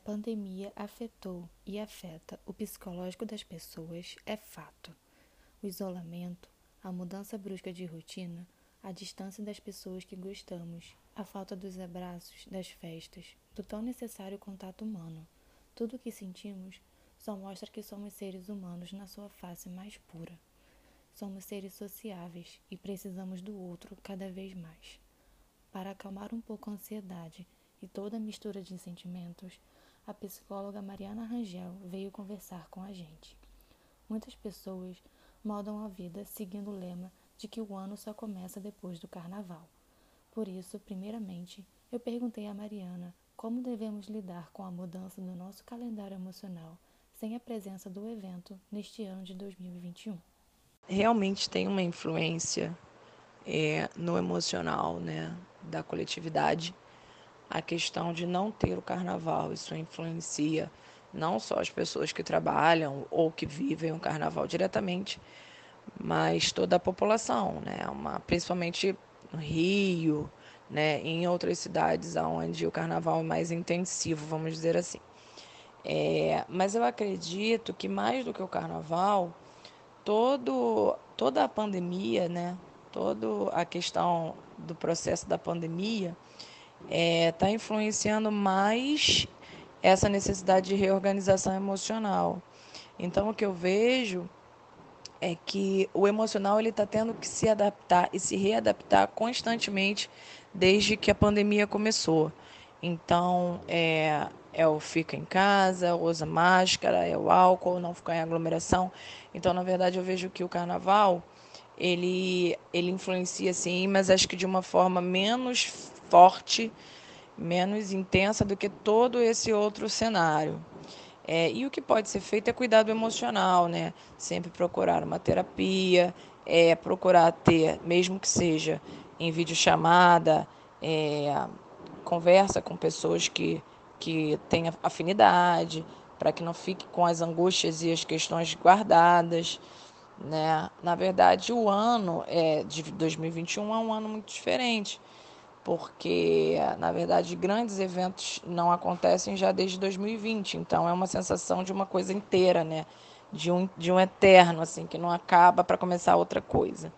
pandemia afetou e afeta o psicológico das pessoas é fato. O isolamento, a mudança brusca de rotina, a distância das pessoas que gostamos, a falta dos abraços, das festas, do tão necessário contato humano. Tudo o que sentimos só mostra que somos seres humanos na sua face mais pura. Somos seres sociáveis e precisamos do outro cada vez mais. Para acalmar um pouco a ansiedade e toda a mistura de sentimentos, a psicóloga Mariana Rangel veio conversar com a gente. Muitas pessoas moldam a vida seguindo o lema de que o ano só começa depois do carnaval. Por isso, primeiramente, eu perguntei a Mariana como devemos lidar com a mudança do nosso calendário emocional sem a presença do evento neste ano de 2021. Realmente tem uma influência no emocional, né, da coletividade, a questão de não ter o carnaval. Isso influencia não só as pessoas que trabalham ou que vivem o carnaval diretamente, mas toda a população, né, principalmente no Rio, né, e em outras cidades onde o carnaval é mais intensivo, vamos dizer assim. Mas eu acredito que mais do que o carnaval, toda a pandemia, né, toda a questão do processo da pandemia está influenciando mais essa necessidade de reorganização emocional. Então, o que eu vejo é que o emocional ele está tendo que se adaptar e se readaptar constantemente desde que a pandemia começou. Então, é o fica em casa, usa máscara, é o álcool, não ficar em aglomeração. Então, na verdade, eu vejo que o carnaval, ele influencia sim, mas acho que de uma forma menos forte, menos intensa do que todo esse outro cenário. E o que pode ser feito é cuidado emocional, né? Sempre procurar uma terapia, procurar ter, mesmo que seja em videochamada, conversa com pessoas que têm afinidade, para que não fique com as angústias e as questões guardadas, né? Na verdade, o ano de 2021 é um ano muito diferente, porque, na verdade, grandes eventos não acontecem já desde 2020, então é uma sensação de uma coisa inteira, né? De um eterno, assim, que não acaba para começar outra coisa.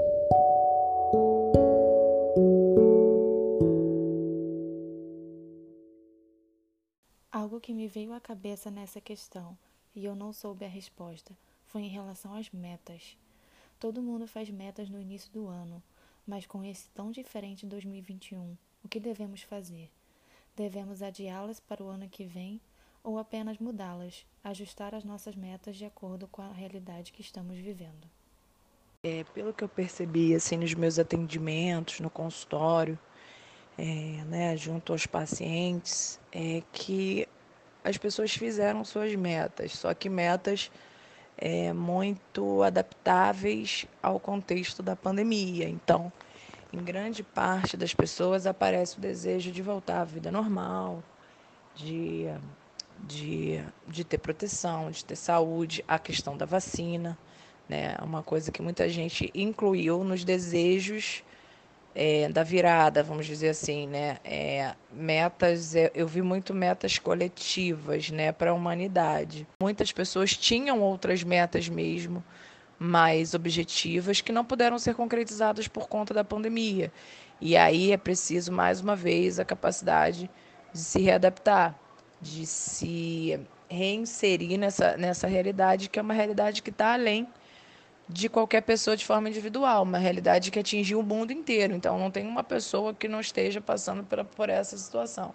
Algo que me veio à cabeça nessa questão, e eu não soube a resposta, foi em relação às metas. Todo mundo faz metas no início do ano, mas com esse tão diferente 2021, o que devemos fazer? Devemos adiá-las para o ano que vem ou apenas mudá-las, ajustar as nossas metas de acordo com a realidade que estamos vivendo? Pelo que eu percebi, assim, nos meus atendimentos, no consultório, né, junto aos pacientes, é que as pessoas fizeram suas metas, só que metas muito adaptáveis ao contexto da pandemia. Então, em grande parte das pessoas aparece o desejo de voltar à vida normal, de, de ter proteção, de ter saúde, a questão da vacina, né? É uma coisa que muita gente incluiu nos desejos da virada, vamos dizer assim, né? Metas, eu vi muito metas coletivas, né, para a humanidade. Muitas pessoas tinham outras metas mesmo, mais objetivas, que não puderam ser concretizadas por conta da pandemia. E aí é preciso, mais uma vez, a capacidade de se readaptar, de se reinserir nessa realidade, que é uma realidade que está além de qualquer pessoa de forma individual, uma realidade que atingiu o mundo inteiro. Então, não tem uma pessoa que não esteja passando por essa situação.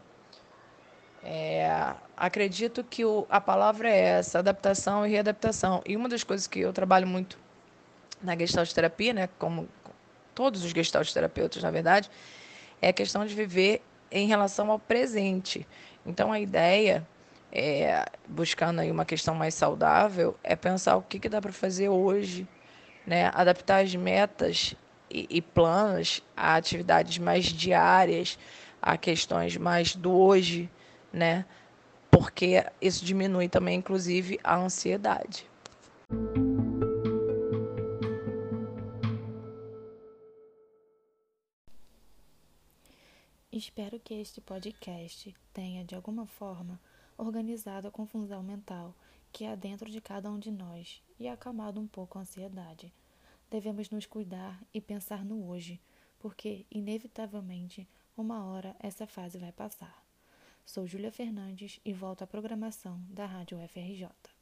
Acredito que a palavra é essa, adaptação e readaptação. E uma das coisas que eu trabalho muito na Gestalt terapia, né, como todos os Gestalt terapeutas, na verdade, é a questão de viver em relação ao presente. Então, a ideia, buscando aí uma questão mais saudável, é pensar o que dá para fazer hoje, né? Adaptar as metas e planos a atividades mais diárias, a questões mais do hoje, né? Porque isso diminui também, inclusive, a ansiedade. Espero que este podcast tenha, de alguma forma, organizado a confusão mental que há dentro de cada um de nós e acalmado um pouco a ansiedade. Devemos nos cuidar e pensar no hoje, porque, inevitavelmente, uma hora essa fase vai passar. Sou Júlia Fernandes e volto à programação da Rádio UFRJ.